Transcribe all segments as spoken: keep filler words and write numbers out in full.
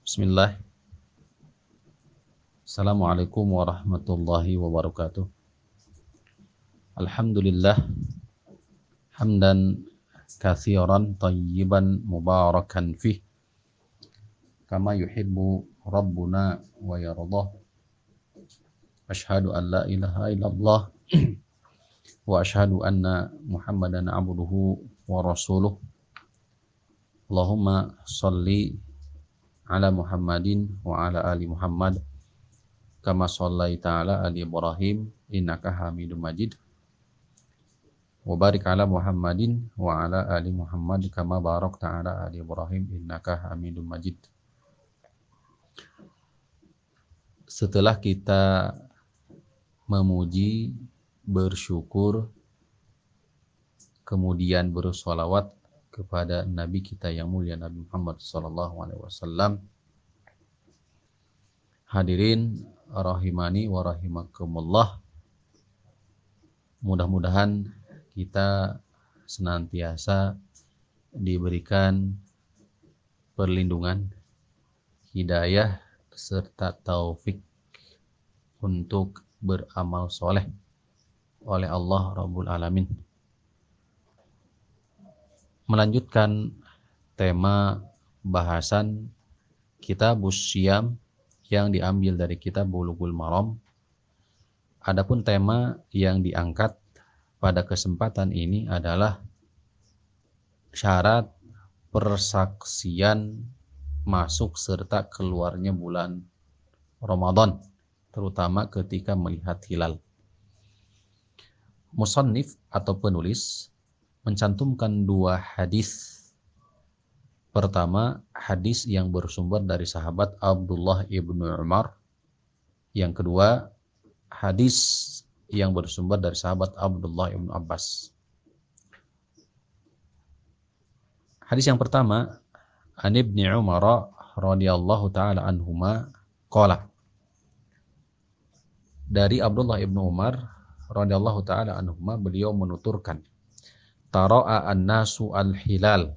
Bismillah. Assalamualaikum warahmatullahi wabarakatuh. Alhamdulillah hamdan katsiran tayyiban mubarakan fih kama yuhibbu rabbuna wa yardah. Asyhadu an la ilaha illallah wa asyhadu anna Muhammadan abduhu wa rasuluh. Allahumma shalli ala Muhammadin wa ala ali Muhammad kama shallaita ala ali Ibrahim innaka Hamidum Majid. Wa barik ala Muhammadin wa ala ali Muhammad kama barakta ala ali Ibrahim innaka Hamidum Majid. Setelah kita memuji, bersyukur, kemudian bersolawat kepada Nabi kita yang mulia Nabi Muhammad sallallahu alaihi wasallam. Hadirin rahimani wa rahimakumullah. Mudah-mudahan kita senantiasa diberikan perlindungan, hidayah, serta taufik untuk beramal soleh oleh Allah Rabbul Alamin. Melanjutkan tema bahasan Kitabus Syiyam yang diambil dari kitab Bulughul Maram. Adapun tema yang diangkat pada kesempatan ini adalah syarat persaksian masuk serta keluarnya bulan Ramadan, terutama ketika melihat hilal. Musannif atau penulis mencantumkan dua hadis. Pertama, hadis yang bersumber dari sahabat Abdullah ibnu Umar. Yang kedua, hadis yang bersumber dari sahabat Abdullah ibnu Abbas. Hadis yang pertama, An Ibni Umar radhiyallahu taala anhuma qala. Dari Abdullah ibnu Umar radhiyallahu taala anhuma, beliau menuturkan, tara'a an-nasu al-hilal.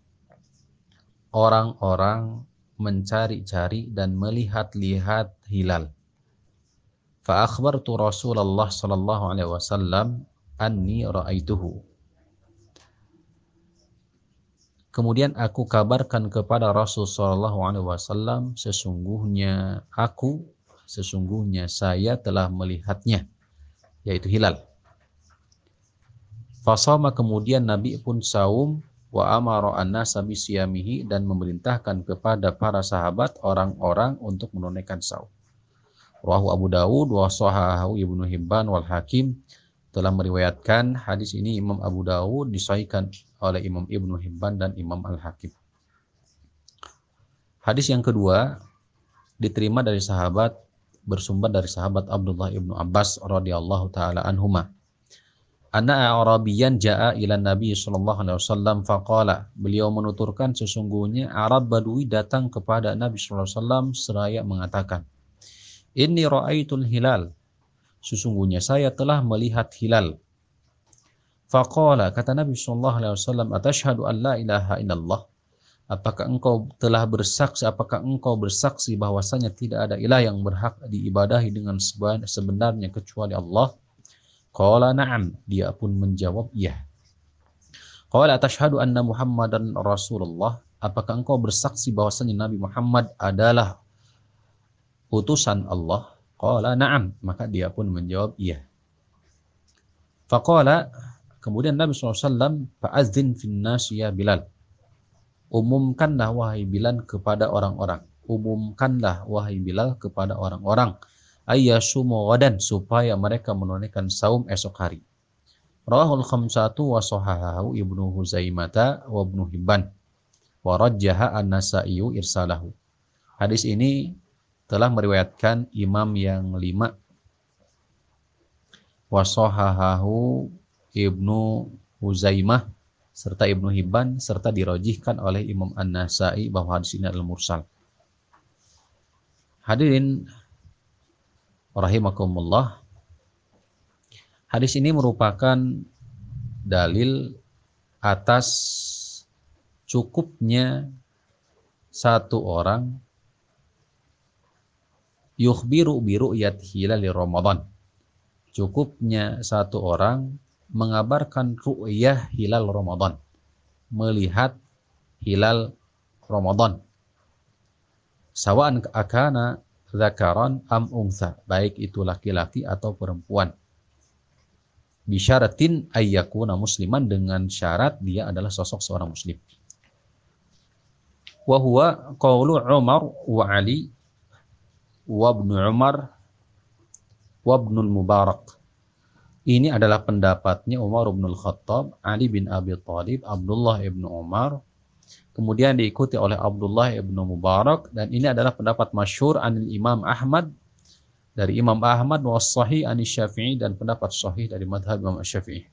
Orang-orang mencari-cari dan melihat-lihat hilal. Fa akhbartu Rasulullah sallallahu alaihi wasallam anni ra'aituhu. Kemudian aku kabarkan kepada Rasul sallallahu alaihi wasallam, sesungguhnya aku, sesungguhnya saya telah melihatnya, yaitu hilal. Fasama, kemudian Nabi pun saum, wa amara an-nasa bisiyamihi, dan memerintahkan kepada para sahabat orang-orang untuk menunaikan saum. Rawahu Abu Dawud wa shahahahu Ibnu Hibban wal Hakim. Telah meriwayatkan hadis ini Imam Abu Dawud, disahihkan oleh Imam Ibnu Hibban dan Imam Al-Hakim. Hadis yang kedua diterima dari sahabat, bersumber dari sahabat Abdullah ibnu Abbas radhiyallahu taala anhuma. Anna Arabiyan jaa ila Nabi sallallahu alaihi wasallam faqala. Beliau menuturkan, sesungguhnya Arab Badui datang kepada Nabi sallallahu alaihi wasallam seraya mengatakan, inni ra'aitul hilal. Sesungguhnya saya telah melihat hilal. Faqala, kata Nabi sallallahu alaihi wasallam, atashhadu an la ilaha illallah. Apakah engkau telah bersaksi, apakah engkau bersaksi bahwasanya tidak ada ilah yang berhak diibadahi dengan sebenarnya kecuali Allah? Qala na'am, dia pun menjawab iya. Qala atashhadu anna Muhammadan Rasulullah. Apakah engkau bersaksi bahwasanya Nabi Muhammad adalah utusan Allah? Qala na'am, maka dia pun menjawab iya. Faqala, kemudian Nabi sallallahu alaihi wasallam, fa'adzin fin nas ya Bilal. Umumkanlah wahai Bilal kepada orang-orang. Umumkanlah wahai Bilal kepada orang-orang. Ayyasumu ghadan, supaya mereka menunaikan saum esok hari. Rawahul khamsatu wa shahahahu Ibnu Huzaimah wa Ibnu Hibban wa rajjaha an-Nasa'i irsalahu. Hadis ini telah meriwayatkan imam yang lima. Wa shahahahu Ibnu Huzaimah serta Ibnu Hibban, serta dirajihkan oleh Imam An-Nasa'i bahwa hadis ini adalah mursal. Hadirin rahimakumullah, hadis ini merupakan dalil atas cukupnya satu orang yukhbiru bi ru'yati hilal Ramadan. Cukupnya satu orang mengabarkan ru'yah hilal Ramadan, melihat hilal Ramadan. Sawa'an akana dzakaran am untha, baik itu laki-laki atau perempuan. Bisyaratin ayyakuna musliman, dengan syarat dia adalah sosok seorang muslim. Wa huwa qaulu Umar wa Ali wa Ibnu Umar wa Ibnul Mubarak. Ini adalah pendapatnya Umar bin Khattab, Ali bin Abi Thalib, Abdullah ibnu Umar, kemudian diikuti oleh Abdullah ibnu Mubarak, dan ini adalah pendapat masyhur anil Imam Ahmad, dari Imam Ahmad, wa sahih anis Syafi'i, dan pendapat sahih dari madhab Imam Syafi'i.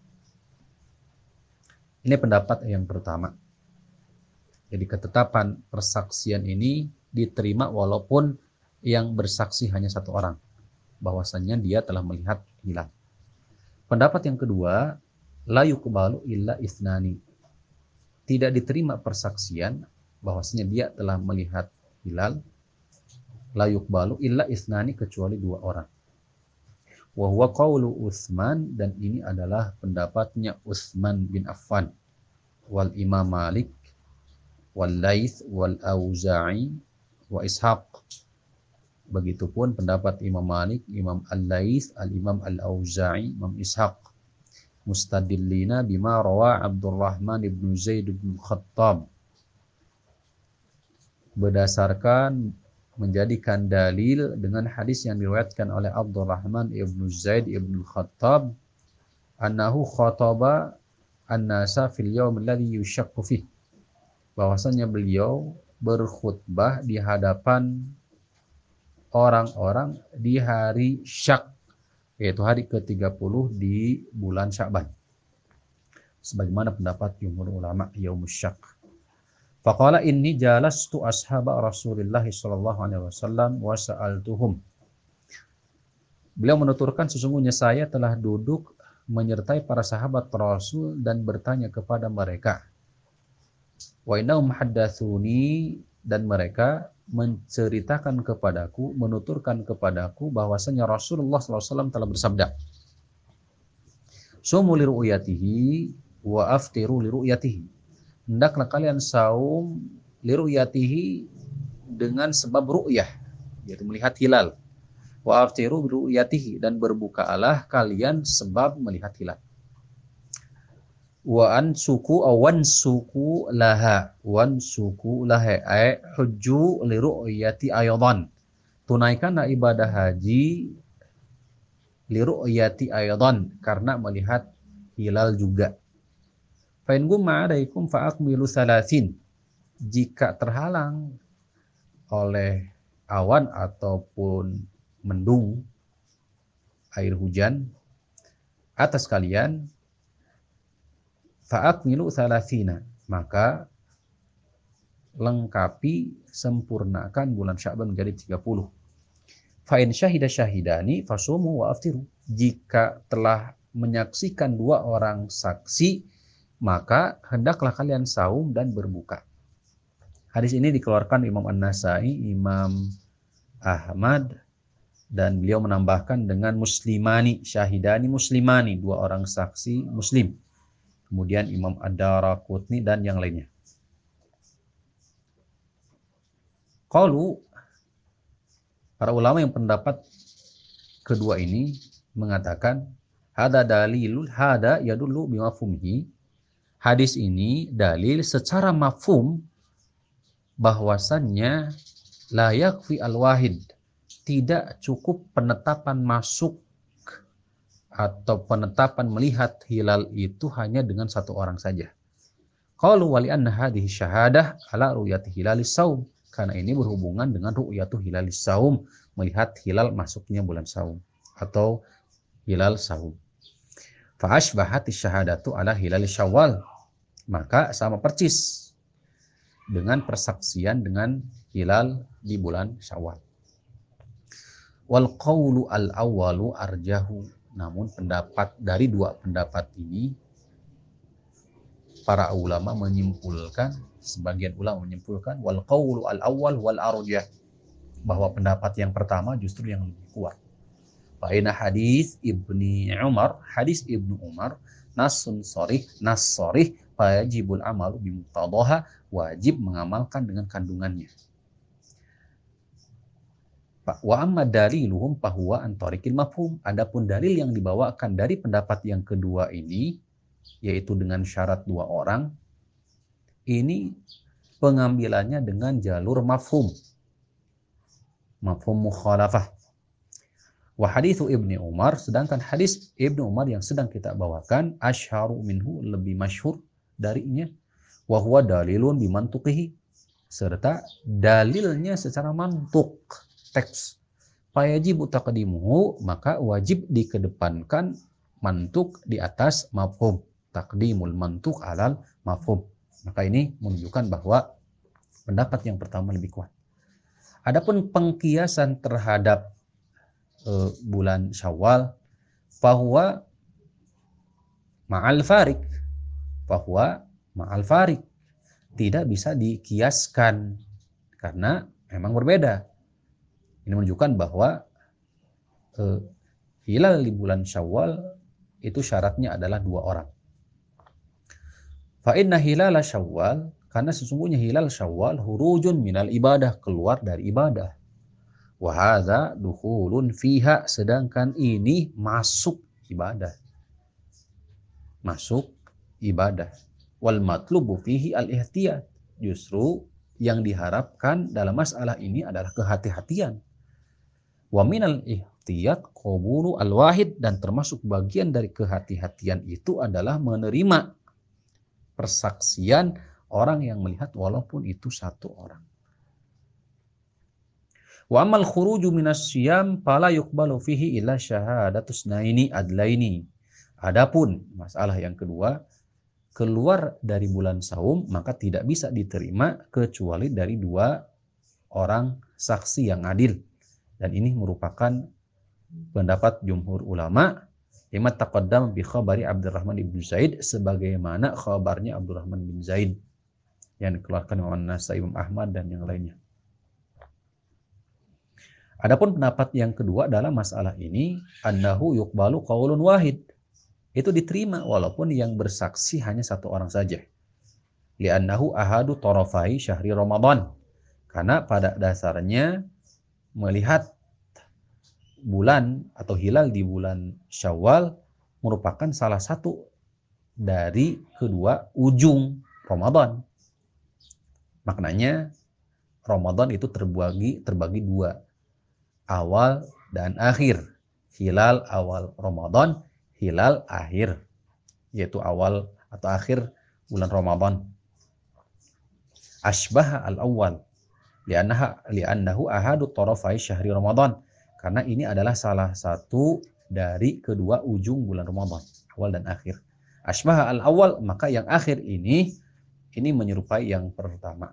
Ini pendapat yang pertama. Jadi ketetapan persaksian ini diterima walaupun yang bersaksi hanya satu orang, bahwasannya dia telah melihat hilal. Pendapat yang kedua, la yuqbalu illa isnani. Tidak diterima persaksian bahwasanya dia telah melihat hilal, la yuqbalu illa isnani, kecuali dua orang. Wa huwa qaulu Utsman, dan ini adalah pendapatnya Utsman bin Affan, wal Imam Malik, wal Laits, wal Auza'i, wa Ishaq. Begitupun pendapat Imam Malik, Imam Al-Laits, Al-Imam Al-Auza'i, Imam Ishaq, mustadillina bima rawa Abdurrahman ibn Zaid bin Khattab, berdasarkan menjadikan dalil dengan hadis yang diriwayatkan oleh Abdurrahman ibn Zaid ibn Khattab, annahu khataba an-nasa fil yawm alladhi yushaqqu fih, bahwasanya beliau berkhutbah di hadapan orang-orang di hari Syak, yaitu hari ke tiga puluh di bulan Sya'ban, sebagaimana pendapat jumhur ulama yaumus Syak. Faqala inni jalastu ashaba Rasulillah sallallahu alaihi wasallam wa sa'altuhum. Beliau menuturkan, sesungguhnya saya telah duduk menyertai para sahabat Rasul dan bertanya kepada mereka. Wa innahum haddatsuni, dan mereka menceritakan kepadaku, menuturkan kepadaku bahwasanya Rasulullah sallallahu alaihi wasallam telah bersabda, sumu li ru'yatihi wa aftiru li ru'yatihi. Hendaklah kalian saum li ru'yatihi, dengan sebab ru'yah, yaitu melihat hilal. Wa aftiru li ru'yatihi, dan berbukaalah kalian sebab melihat hilal. Wa an suku awan suku laha wan suku laha ay hujju li ru'yati aydan, tunaikanlah ibadah haji li ru'yati aydan, karena melihat hilal juga. Fa in gumma alaikum fa akmilu salasin, jika terhalang oleh awan ataupun mendung air hujan atas kalian, fa'akmilu salasina, maka lengkapi, sempurnakan bulan Sya'ban menjadi tiga puluh. Fa'in syahida syahidani fasumu wa aftiru, jika telah menyaksikan dua orang saksi, maka hendaklah kalian saum dan berbuka. Hadis ini dikeluarkan Imam An-Nasai, Imam Ahmad, dan beliau menambahkan dengan muslimani, syahidani muslimani, dua orang saksi muslim. Kemudian Imam Ad-Daraqutni dan yang lainnya. Qalu, para ulama yang pendapat kedua ini mengatakan, hada dalilul hada yadullu bimafhumhi. Hadis ini dalil secara mafhum bahwasannya la yakfi al-wahid, tidak cukup penetapan masuk atau penetapan melihat hilal itu hanya dengan satu orang saja. Qalu wa li anna hadhihi syahadah ala ru'yati hilalis saum, karena ini berhubungan dengan ru'yatu hilalis saum, melihat hilal masuknya bulan saum atau hilal saum. Fa asbahati syahadatu ala hilalis syawal, maka sama persis dengan persaksian dengan hilal di bulan Syawal. Wal qawlu al awwalu arjahu, namun pendapat dari dua pendapat ini, para ulama menyimpulkan, sebagian ulama menyimpulkan, wal qawlu al awwal wal arjah, bahwa pendapat yang pertama justru yang lebih kuat. Fa'ina hadis Ibni Umar, hadis Ibnu Umar, nasun sorih, nas sorih, fayajibul amalu bimuqtadaha, wajib mengamalkan dengan kandungannya. Wa amma daliluhum fahuwa an tariqil mafhum. Adapun dalil yang dibawakan dari pendapat yang kedua ini, yaitu dengan syarat dua orang, ini pengambilannya dengan jalur mafhum. Mafhum mukhalafah. Wa hadithu Ibni Umar, sedangkan hadis Ibnu Umar yang sedang kita bawakan, asyharu minhu, lebih masyhur darinya, wa huwa dalilun bimantuqihi, serta dalilnya secara mantuk, teks. Fayajibu taqdimuhu, maka wajib dikedepankan mantuk di atas mafhum. Taqdimul mantuk alal mafhum. Maka ini menunjukkan bahwa pendapat yang pertama lebih kuat. Adapun pengkiasan terhadap uh, bulan Syawal, fahuwa ma'al farik, fahuwa ma'al farik, tidak bisa dikiaskan karena memang berbeda. Ini menunjukkan bahwa uh, hilal di bulan Syawal itu syaratnya adalah dua orang. Fa inna hilal Syawal, karena sesungguhnya hilal Syawal hurujun minal ibadah, keluar dari ibadah. Wa hadza dukhulun fiha, sedangkan ini masuk ibadah. Masuk ibadah. Wal matlubu fihi al-ihtiyat. Justru yang diharapkan dalam masalah ini adalah kehati-hatian. Wa minal ihtiyat qabulu al-wahid, dan termasuk bagian dari kehati-hatian itu adalah menerima persaksian orang yang melihat walaupun itu satu orang. Wa amal khuruju minas syiyam fala yuqbalu fihi illa syahadatus naini adlaini. Adapun masalah yang kedua, keluar dari bulan saum maka tidak bisa diterima kecuali dari dua orang saksi yang adil. Dan ini merupakan pendapat jumhur ulama. Lima taqaddam bi khabari Abdurrahman bin Zaid, sebagaimana khabarnya Abdurrahman bin Zaid yang dikeluarkan oleh An-Nasai, Imam Ahmad dan yang lainnya. Adapun pendapat yang kedua dalam masalah ini, annahu yuqbalu qaulun wahid. Itu diterima walaupun yang bersaksi hanya satu orang saja. Li'annahu ahadu tarafai syahri Ramadan. Karena pada dasarnya melihat bulan atau hilal di bulan Syawal merupakan salah satu dari kedua ujung Ramadan. Maknanya Ramadan itu terbagi terbagi dua, awal dan akhir. Hilal awal Ramadan, hilal akhir, yaitu awal atau akhir bulan Ramadan. Ashbah al-awwal li'annaha li'annahu ahadu tarafai syahri Ramadan, karena ini adalah salah satu dari kedua ujung bulan Ramadan, awal dan akhir. Ashbah al-awwal, maka yang akhir ini ini menyerupai yang pertama.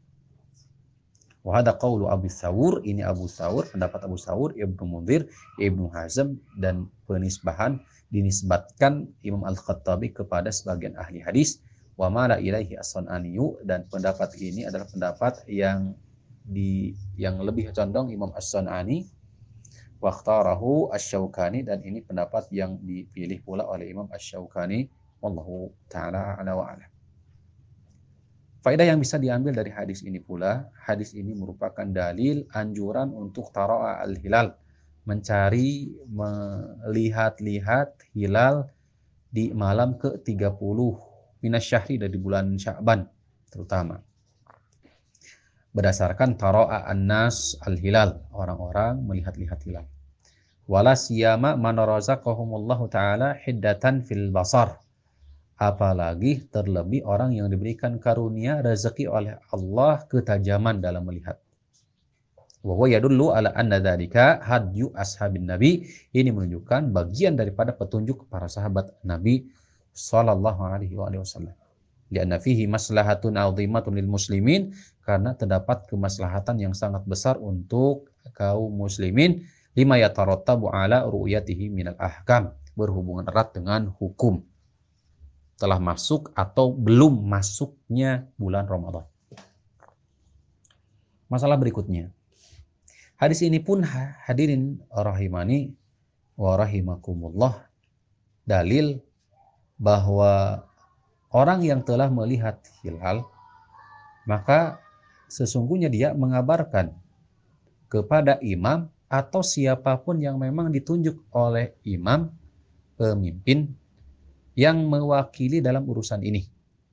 Wa hadza qaulu Abu Tsawur, ini Abu Tsawur, pendapat Abu Tsawur, Ibnu Munzir, Ibnu Hazm, dan penisbahan dinisbatkan Imam Al-Khattabi kepada sebagian ahli hadis. Wa mala ilaihi as-San'aniyu, dan pendapat ini adalah pendapat yang di yang lebih condong Imam As-San'ani. Wa ikhtarahu Asy-Syaukani, dan ini pendapat yang dipilih pula oleh Imam Asy-Syaukani. Wallahu ta'ala a'la wa a'lam. Faedah yang bisa diambil dari hadis ini pula, hadis ini merupakan dalil anjuran untuk taro'a al-hilal, mencari, melihat-lihat hilal di malam ke tiga puluh minasyahri, dari bulan Sya'ban terutama. Berdasarkan taro'a an-nas al-hilal, orang-orang melihat-lihat hilal. Wala siyama man razaqahumullahu ta'ala hiddatan fil basar. Apalagi terlebih orang yang diberikan karunia rezeki oleh Allah ketajaman dalam melihat. Wa huwa yadullu ala anna dzalika hadyu ashabin nabi. Ini menunjukkan bagian daripada petunjuk para sahabat Nabi sallallahu alaihi wasallam. Lianna fihi maslahatun 'azimatun lil muslimin, karena terdapat kemaslahatan yang sangat besar untuk kaum muslimin, lima yatarattabu ala ru'yatihi minal ahkam, berhubungan erat dengan hukum telah masuk atau belum masuknya bulan Ramadan. Masalah berikutnya, Hadis ini pun hadirin rahimani wa rahimakumullah, dalil bahwa orang yang telah melihat hilal maka sesungguhnya dia mengabarkan kepada imam atau siapapun yang memang ditunjuk oleh imam, pemimpin yang mewakili dalam urusan ini,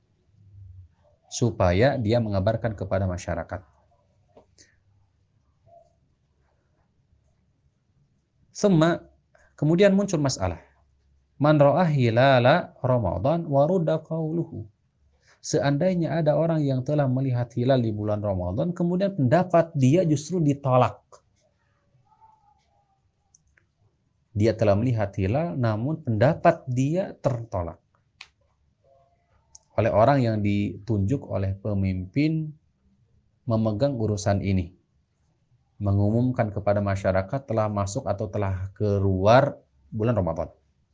supaya dia mengabarkan kepada masyarakat. Sema, kemudian muncul masalah. Man ra'a hilala Ramadan wa rudda qauluhu. Seandainya ada orang yang telah melihat hilal di bulan Ramadan, kemudian pendapat dia justru ditolak. Dia telah melihat hilal, namun pendapat dia tertolak oleh orang yang ditunjuk oleh pemimpin memegang urusan ini, mengumumkan kepada masyarakat telah masuk atau telah keluar bulan Ramadan.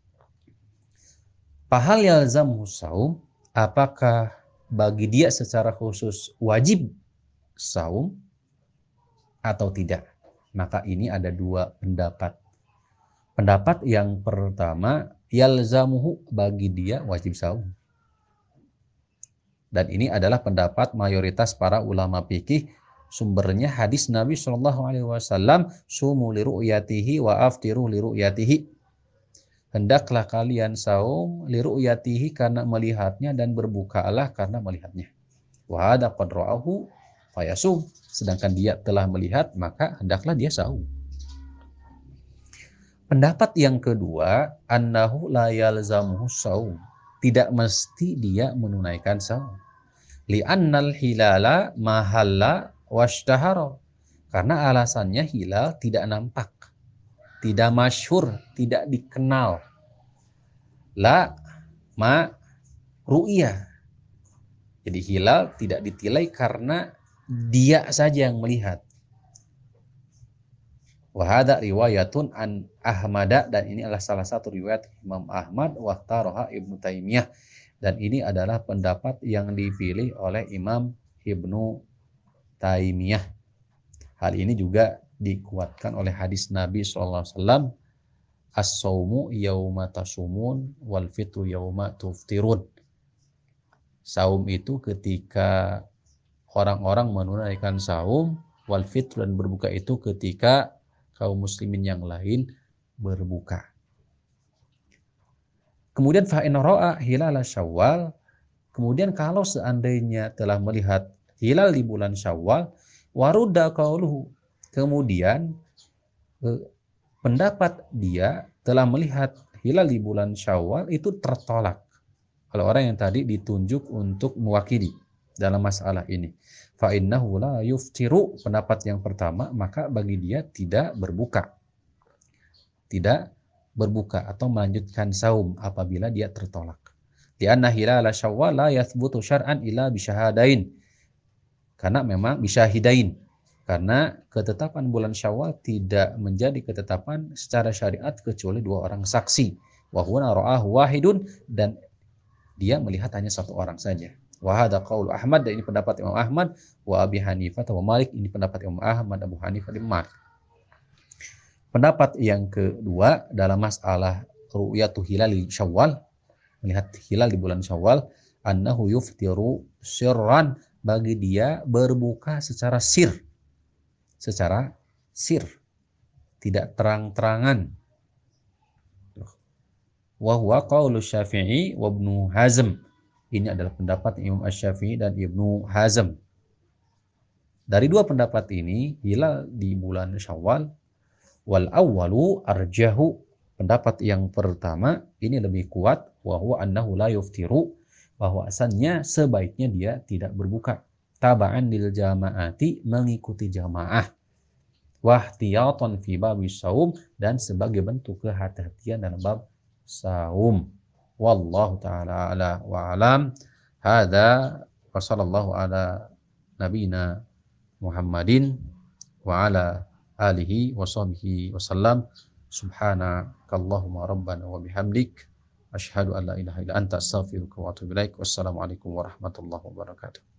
Fahal yalzamuhu shaum, apakah bagi dia secara khusus wajib saum atau tidak? Maka ini ada dua pendapat. Pendapat yang pertama, yalzamuhu, bagi dia wajib saum. Dan ini adalah pendapat mayoritas para ulama fikih. Sumbernya hadis Nabi shallallahu alaihi wasallam, sumu li ru'yatihi wa aftiru li ru'yatihi. Hendaklah kalian saum li ru'yatihi, karena melihatnya, dan berbukalah karena melihatnya. Wa hadza qad ra'ahu fayasum, sedangkan dia telah melihat maka hendaklah dia saum. Pendapat yang kedua, annahu la yalzamuhu saum, tidak mesti dia menunaikan saum. Li'annal hilala mahalla washtahara, karena alasannya hilal tidak nampak, tidak masyhur, tidak dikenal. La ma ru'ya, jadi hilal tidak ditilai karena dia saja yang melihat. Wahada riwayatun an Ahmada, dan ini adalah salah satu riwayat Imam Ahmad, wahtaraha Ibnu Taimiyah, dan ini adalah pendapat yang dipilih oleh Imam Ibnu Taimiyah. Hal ini juga dikuatkan oleh hadis Nabi shallallahu alaihi wasallam, as-saumu yauma tasumun wal fitru yauma tuftirun. Saum itu ketika orang-orang menunaikan saum, wal fitru, dan berbuka itu ketika kaum muslimin yang lain berbuka. Kemudian fa in ra'a hilal Syawal, kemudian kalau seandainya telah melihat hilal di bulan Syawal, warudda qauluhu, kemudian eh, pendapat dia telah melihat hilal di bulan Syawal itu tertolak oleh orang yang tadi ditunjuk untuk mewakili dalam masalah ini. Fa innahu la yuftiru, pendapat yang pertama, maka bagi dia tidak berbuka. Tidak berbuka atau melanjutkan saum apabila dia tertolak. Di anna hilal Syawal la yathbutu syar'an illa bisyahadain. Karena memang bisyahidain. Karena ketetapan bulan Syawal tidak menjadi ketetapan secara syariat kecuali dua orang saksi. Wa huwa ra'ahu wahidun, dan dia melihat hanya satu orang saja. Wa hadza qaulu Ahmad, dan ini pendapat Imam Ahmad, wa Abi Hanifah wa Malik, ini pendapat Imam Ahmad, Abu Hanifah, dan Malik. Pendapat yang kedua dalam masalah ru'yatu hilal Syawal, melihat hilal di bulan Syawal, annahu yuftiru sirran, bagi dia berbuka secara sir, secara sir, tidak terang-terangan. Wa huwa qaulu Syafi'i wa Ibnu Hazm, ini adalah pendapat Imam Asy-Syafi'i dan Ibnu Hazm. Dari dua pendapat ini, hilal di bulan Syawal, wal awwalu arjahu, pendapat yang pertama ini lebih kuat, wa huwa annahu la yuftiru, bahwasannya sebaiknya dia tidak berbuka. Taba'an lil jama'ati, mengikuti jamaah. Wahtiyatan fi babis saum, dan sebagai bentuk kehati-hatian dalam bab saum. Wallahu ta'ala ala wa alam. Hadza wa sallallahu ala nabiyina Muhammadin wa ala alihi wa sahbihi wa sallam. Subhanakallahumma rabbana wa bihamdik, asyhadu an la ilaha illa anta, astaghfiruka wa atubu ilaik. Wassalamualaikum warahmatullahi wabarakatuh.